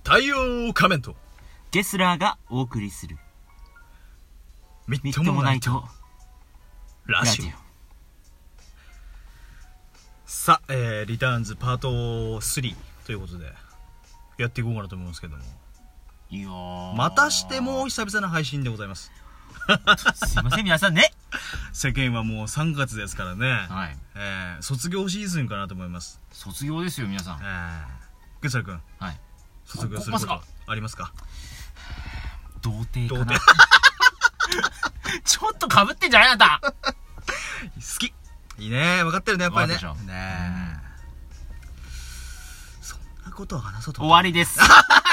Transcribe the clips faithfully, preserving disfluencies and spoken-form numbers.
太陽仮面とゲスラーがお送りするみっみっともないとラジオ。さあ、えー、リターンズパートスリーということでやっていこうかなと思いますけども、 いやーまたしても久々な配信でございます。 すいません皆さんね。 世間はもうさんがつですからね、 はい、 えー、卒業シーズンかなと思います。 卒業ですよ皆さん。 えー、ゲスラ君、 はい、 卒業することありますか？ 童貞かな。 童貞ちょっとかぶってんじゃないあなた。 好きいいね、分かってるねやっぱりね。ねえ、うん、そんなことを話そうと終わりです。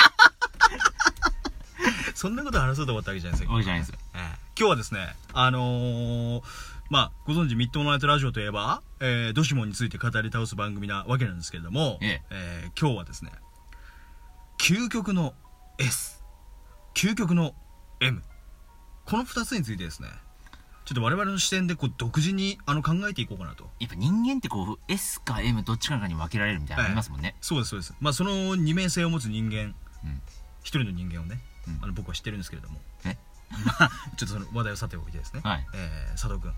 そんなことを話そうと思ったわけじゃないですよ。 わけじゃないですよ、 えー、今日はですね、あのー、まあご存知みっともないとラジオといえば、えー、ドシモンについて語り倒す番組なわけなんですけれども、 えええー、今日はですね、究極の S、 究極の M、 このふたつについてですね、ちょっと我々の視点でこう独自にあの考えていこうかなと。 やっぱ人間ってこう S か M どっちかに分けられるみたいなのありますもんね、 ええ、そうですそうです。まあその二面性を持つ人間、 うん、 一人の人間をね、うん、あの僕は知ってるんですけれども、えまあちょっとその話題をさておいてですね、はい、えー、佐藤君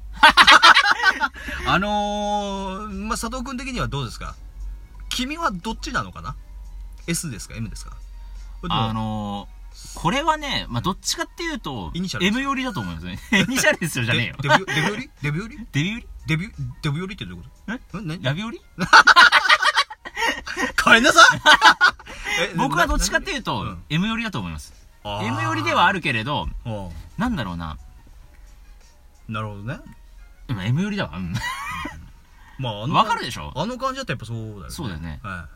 あのー、まあ佐藤君的にはどうですか？君はどっちなのかな？ S ですか M ですか？ あのーこれはね、まあ、どっちかっていうと M 寄りだと思いますね。イニシャルですよじゃねえよ。 デビュデビュ寄りデビュ寄りデビュ寄りデビュデビュ寄りってどういうこと？ えラビ寄り帰りなさい。 僕はどっちかっていうと、うん、M 寄りだと思います。M 寄りではあるけれど、なんだろうな。 なるほどね。 今 M 寄りだわ。うん、 まああのわかるでしょ？ あの感じだったらやっぱそうだよね。 そうだよね。 はい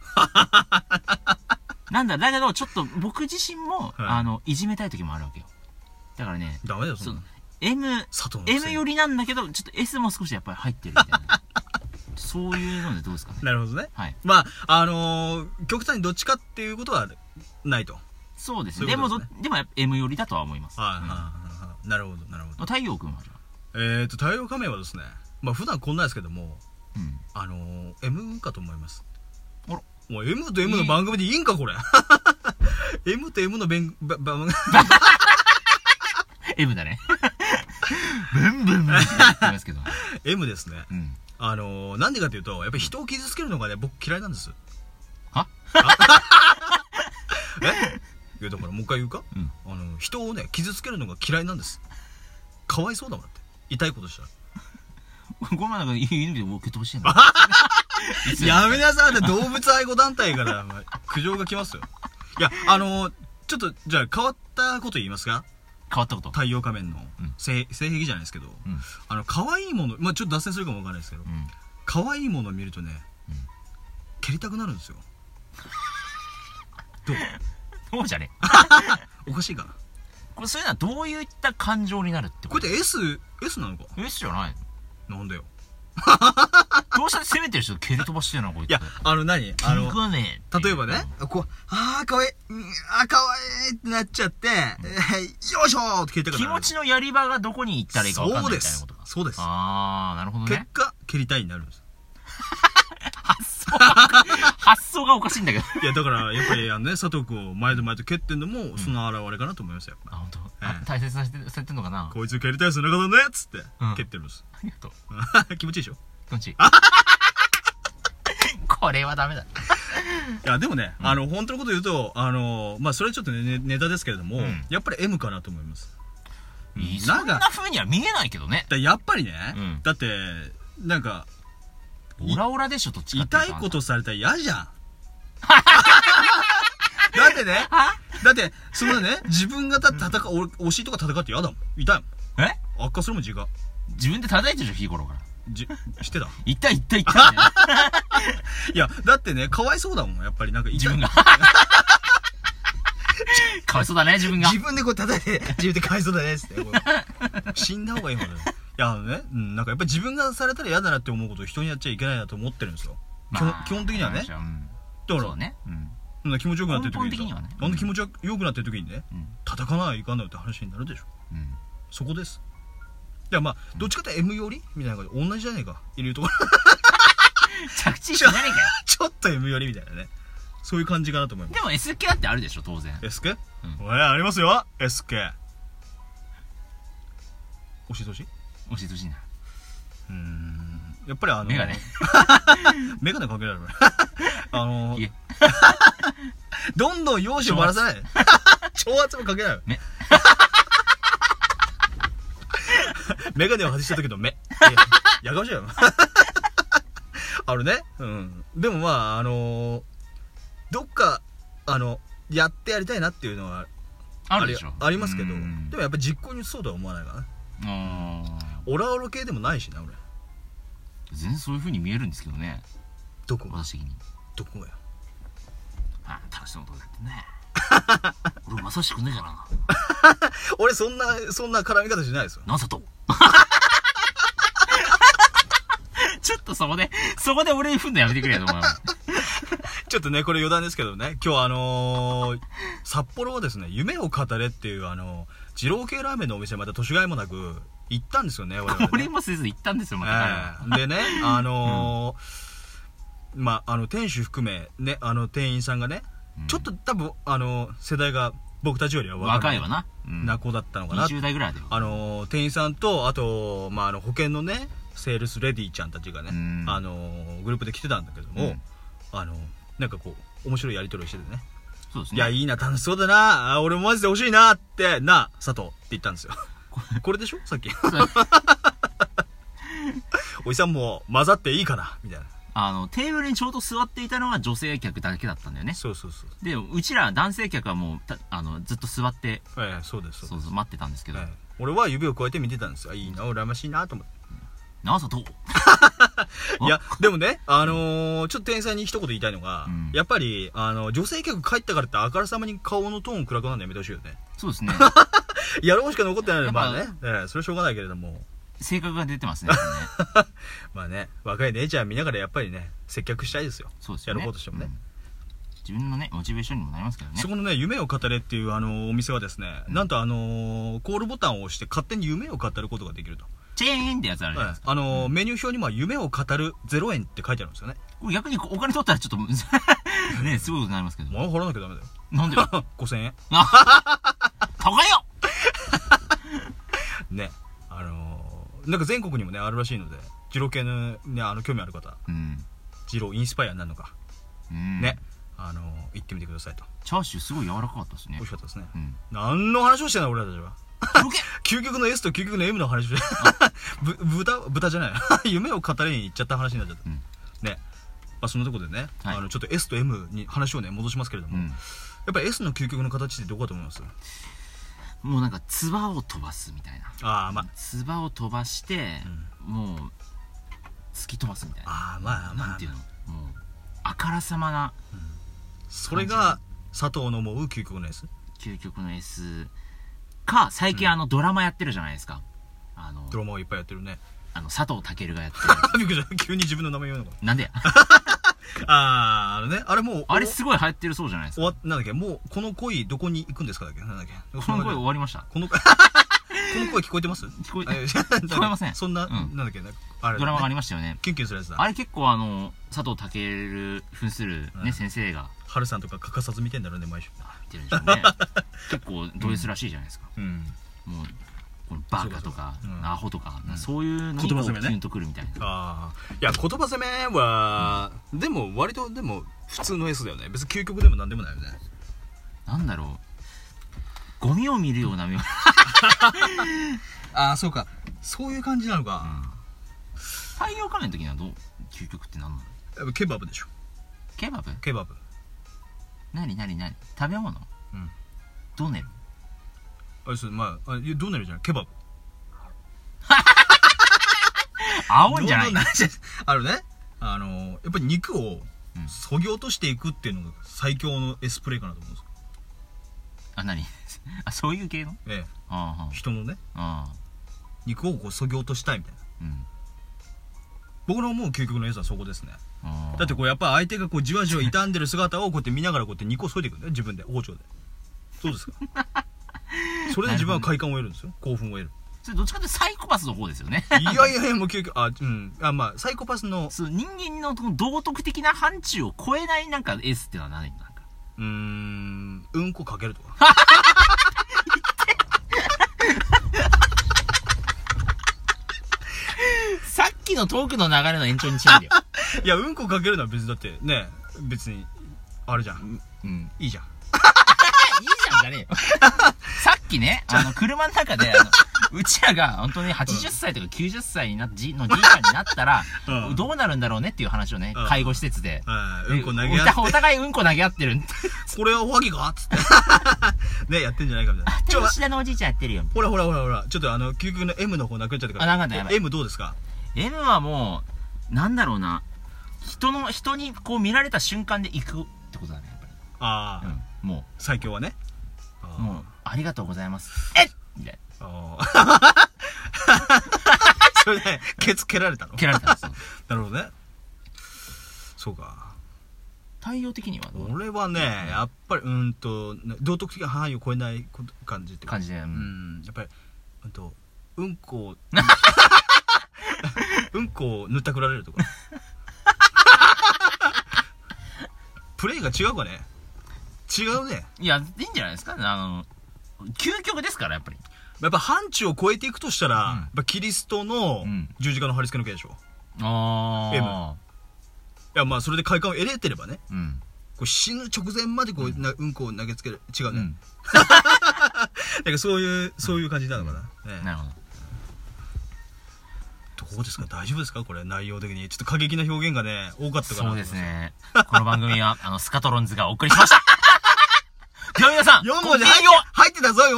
なんだ、だけど、ちょっと僕自身も、はい、あの、いじめたい時もあるわけよ。だからね、 ダメだよ、そんな。 M、M 寄りなんだけど、ちょっと S も少しやっぱり入ってるみたいな。そういうのでどうですかね。 なるほどね。 はい。 まあ、あのー、極端にどっちかっていうことはないと。 そうですね。でも、でもやっぱ M 寄りだとは思います。 はい、はい、なるほど、なるほど。 太陽君はじゃあ。えっと、太陽仮面はですね、まあ普段こんなですけども、うん、あのー、M かと思います。あら。もう M と M の番組でいいんかこれ。M と M の番組 M だね。ブンブンブンって言ってますけど。 M ですね。うん、あのー、なんでかというと、やっぱり人を傷つけるのがね、僕嫌いなんです。 は？ え？いやだからもう一回言うか？うん、あの人をね傷つけるのが嫌いなんです。かわいそうだもんって。痛いことしたら。 この前なんかいい意味で受け飛ばしてんの。 やめなさい。動物愛護団体から苦情が来ますよ。いや、あのー、ちょっとじゃあ変わったこと言いますか？ 変わったこと。 太陽仮面の、うん、性癖じゃないですけど、うん、あの可愛いもの、まあちょっと脱線するかもわからないですけど、うん、可愛いものを見るとね、うん、蹴りたくなるんですよ。どう？ そうじゃね。 おかしいかな。 これそういうのはどういった感情になるってこと？ これって S S なのか？ S じゃないの？なんだよ。 どうしたって攻めてる人蹴り飛ばしてるなこいつ。 いや、あの何あのね、 例えばね、こう、あーかわいい、あーかわいいってなっちゃって、うん、えー、よいしょーって蹴りたくなる。 気持ちのやり場がどこに行ったらいいか分かんないみたいなことか。 そうです。そうです。 あー、なるほどね。 結果、蹴りたいになるんです。 発想が、発想がおかしいんだけど。 いや、だから、やっぱりあのね、佐藤君を前と前と蹴ってんのも、その表れかなと思いますよ。 あ、ほんと？大切にされてんのかな？ こいつ蹴りたい背中だねっつって、蹴ってるんです。 ありがとう。気持ちいいでしょ？ 気持ちいい。これはダメだ。いや、でもね、あの、本当のこと言うと、あの、まあ、それちょっとね、ネタですけれども、やっぱり M かなと思います。 そんな風には見えないけどね。 やっぱりね、だって、なんか、 オラオラでしょ、どっちかっていうと。 痛いことされたら嫌じゃん。だってね、だって、そのね、自分が戦う、お尻とか戦って嫌だもん。痛いもん。 え？ 悪化するもん、字が。 自分で叩いてるでしょ、日頃から。 じ、知ってた？ 痛い痛い痛い。 いや、だってね、かわいそうだもん、やっぱりなんか痛い。 自分が。かわいそうだね、自分が。 自分でこう叩いて、自分でかわいそうだね、つって。死んだ方がいいもんね。いや、あのね、うん、なんかやっぱり自分がされたら嫌だなって思うことを人にやっちゃいけないなと思ってるんですよ。まあ、基本的にはね。だから、ね、うん、気持ちよくなってる時にさ、あんな気持ちよくなってる時にね、うん、叩かないかんないって話になるでしょ。うん、そこです。いや、まあ、どっちかって M 寄りみたいな感じで同じじゃねえか、いるところ。 着地しないかよ。 ちょっと M 寄りみたいなね。 そういう感じかなと思います。 でも エスケー ってあるでしょ当然。 エスケー？ うん、 おいありますよ エスケー。 押し通し押し通しな。 うーん、やっぱりあのメガネメガネかけられるあのー、どんどん容姿をばらさない挑発もかけない目メガネを外した時の目やかましいよあるね。うん。でもまああのー、どっかあのやってやりたいなっていうのはあるでしょ。 ありますけど、でもやっぱ実行に移そうとは思わないからね。ああ。オラオラ系でもないしな俺。 全然そういう風に見えるんですけどね。 どこ？ 私的に。 どこがよ。 ああ楽しそうなことやってね。俺まさしくねえからな。 俺そんなそんな絡み方しないですよ。 なさと。ちょっとそこでそこで俺に振んのやめてくれよお前。 ちょっとねこれ余談ですけどね、今日あのー、札幌はですね夢を語れっていうあの二郎系ラーメンのお店また年がいもなく行ったんですよね。我々ね俺もせず行ったんですよまた、 えー、でねあのーうん、まああの店主含めねあの店員さんがね、うん、ちょっと多分あの世代が僕たちよりは若いわな、 うん、な子だったのかな。 にじゅう代ぐらいであの店員さんとあと、まあ、あの保険のねセールスレディちゃんたちがね、うん、あのグループで来てたんだけども、うん、あのなんかこう面白いやり取りをしててね。 そうですね。 いやいいな楽しそうだなあ俺もマジで欲しいなってな佐藤って言ったんですよこれでしょさっきおじさんも混ざっていいかなみたいな。 あのテーブルにちょうど座っていたのは女性客だけだったんだよね。 そうそうそう。 でうちら男性客はもうたあのずっと座って、 ええ、そうですそうそう待ってたんですけど、ええ、 俺は指を加えて見てたんですよ。いいな羨ましいなと思って。 なあ佐藤いやでもねあのー、ちょっと店員さんに一言言いたいのが、うん、やっぱりあの女性客帰ったからってあからさまに顔のトーン暗くなるのやめてほしいよね。 そうですねやろうしか残ってないのでまあね、ええ、それはしょうがないけれども性格が出てますねまあね若い姉ちゃん見ながらやっぱりね接客したいですよ。 そうですよね。 やろうとしてもね、うん、 自分のねモチベーションにもなりますけどね。 そこのね夢を語れっていうあのお店はですね、うん、なんとあのー、コールボタンを押して勝手に夢を語ることができると。 チェーンってやつあるじゃないですか。 はい、あのーうん、メニュー表には夢を語るゼロえんって書いてあるんですよね。 これ逆にお金取ったらちょっとねすごいことになりますけど。 もう払わなきゃダメだよ。 なんでごせんえん高いよねあのー、なんか全国にもねあるらしいので二郎系のねあの興味ある方、うん、二郎インスパイアになるのか、うん、ねあのー、行ってみてくださいと。 チャーシューすごい柔らかかったですね。 美味しかったですね、うん、何の話をしてんの俺らたちは究極の エス と究極の エム の話でぶ豚豚じゃない夢を語れに行っちゃった話になっちゃった、うん、ねまあそのところでね、はい、あのちょっと エス と エム に話をね戻しますけれども、うん、やっぱり エス の究極の形ってどこだと思います？ もうなんか唾を飛ばすみたいな。 ああまあ唾を飛ばして、うん、もう突き飛ばすみたいな。 ああまあまあなんていうのもうあからさまな、うん、 それが佐藤の思う究極の エス？ 究極の エスか最近あのドラマやってるじゃないですか。あのドラマをいっぱいやってるね。 あの佐藤健がやってるびっくりした急に自分の名前言うのかなんでやあーあのねあれもうあれすごい流行ってるそうじゃないですか。 なんだっけもうこの恋どこに行くんですかだっけなんだっけこの恋終わりました。 このこの声聞こえてます？ 聞こえ聞こえません。 そんな、うん、なんだっけあれ、ね、 ドラマがありましたよね。 キュンキュンするやつだ。 あれ結構あの佐藤健扮するね、うん、先生が春さんとか欠かさず見てんだろうね毎週。 見てるんでしょうね結構ド S らしいじゃないですか、うん、もうこのバカとか、うん、アホとか、うん、そういうのにこうキュンとくるみたいな。 ああいや言葉攻めは、うん、でも割とでも普通の エス だよね。別に究極でもなんでもないよね。 なんだろうゴミを見るような目ああそうかそういう感じなのか、うん、 太陽仮面の時にはどう究極って何なの？ やっぱケバブでしょ。 ケバブ？ ケバブ何何何食べ物？うんドネルあれそれまああドネルじゃないケバブ青いんじゃないあるねあのやっぱり肉をそぎ落としていくっていうのが最強のエスプレーかなと思うんですよ。 あ何あそういう系のええああ人のねああ肉をこうそぎ落としたいみたいな、うん、僕の思う究極のエスはそこですね。だってこうやっぱ相手がこうじわじわ傷んでる姿をこうやって見ながらこうやって肉を削いでいくんだよ自分で包丁で。そうですかそれで自分は快感を得るんですよ興奮を得る。 それどっちかというとサイコパスの方ですよね。 いやいやいや、もう究極、あ、うん。あ、まあ、サイコパスの。 そう、人間の道徳的な範疇を超えないなんか S ってのは何なんか。 うーん、うんこかけるとか。 さっきのトークの流れの延長に近いんだよ。 いや、うんこかけるのは別にだって、ね、別に、あれじゃん。うん、いいじゃん。 いいじゃんじゃねえよ。さっきね、あの、車の中で、あの、うちらが本当にはちじゅっさいとかきゅうじゅっさいになっじのじいちゃんになったら、うん、どうなるんだろうねっていう話をね、うん、介護施設で。 うん、うんこ投げ合って。 お互いうんこ投げ合ってる。 これはおはぎかつって。ね、やってんじゃないかみたいな。 ちょ、吉田のおじいちゃんやってるよ。 ほらほらほらほら、ちょっとあの、究極の M の方なくなっちゃったから。 あ、なんかね、やばい。 M どうですか？ M はもう、なんだろうな、人の、人にこう見られた瞬間で行くってことだね、やっぱり。 ああ、 うん、もう。 最強はね。 もう、ありがとうございます。えっみたいな。ああ。それで、ケツ蹴られたの？ 蹴られたんですよ。 なるほどね。そうか。 対応的にはどう？ 俺はね、やっぱり、うんと、道徳的な範囲を超えない感じって感じで、 うん。やっぱり、うんと、うんこを、うんこを塗ったくられるとか。プレイが違うかね？違うね。 いや、いいんじゃないですか？あの、究極ですから、やっぱり。 やっぱ範疇を超えていくとしたら、うん、やっぱキリストの十字架の貼り付けの刑でしょ。ああ。M。いや、まあ、それで快感を得れてればね。うん。こう死ぬ直前までこう、うん、なうんこを投げつける。違うね。うん、だからそういう、そういう感じなのかな。うんね、なるほど。どうですか？大丈夫ですか？これ内容的にちょっと過激な表現がね多かったから。 そうですね。この番組はあのスカトロンズがお送りしました。では皆さん、 よん文字入ってたぞ。